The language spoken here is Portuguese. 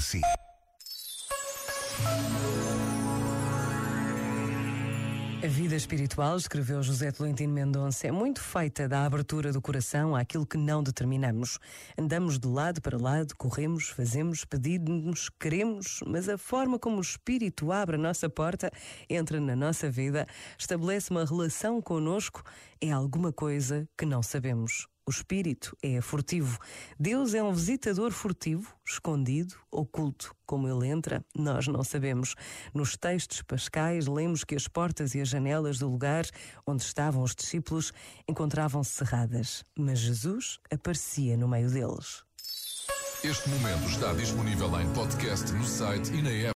si. A vida espiritual, escreveu José Tolentino Mendonça, é muito feita da abertura do coração àquilo que não determinamos. Andamos de lado para lado, corremos, fazemos, pedimos, queremos, mas a forma como o Espírito abre a nossa porta, entra na nossa vida, estabelece uma relação connosco, é alguma coisa que não sabemos. O Espírito é furtivo. Deus é um visitador furtivo, escondido, oculto. Como ele entra, nós não sabemos. Nos textos pascais, lemos que as portas e as janelas do lugar onde estavam os discípulos encontravam-se cerradas. Mas Jesus aparecia no meio deles. Este momento está disponível em podcast no site e na app.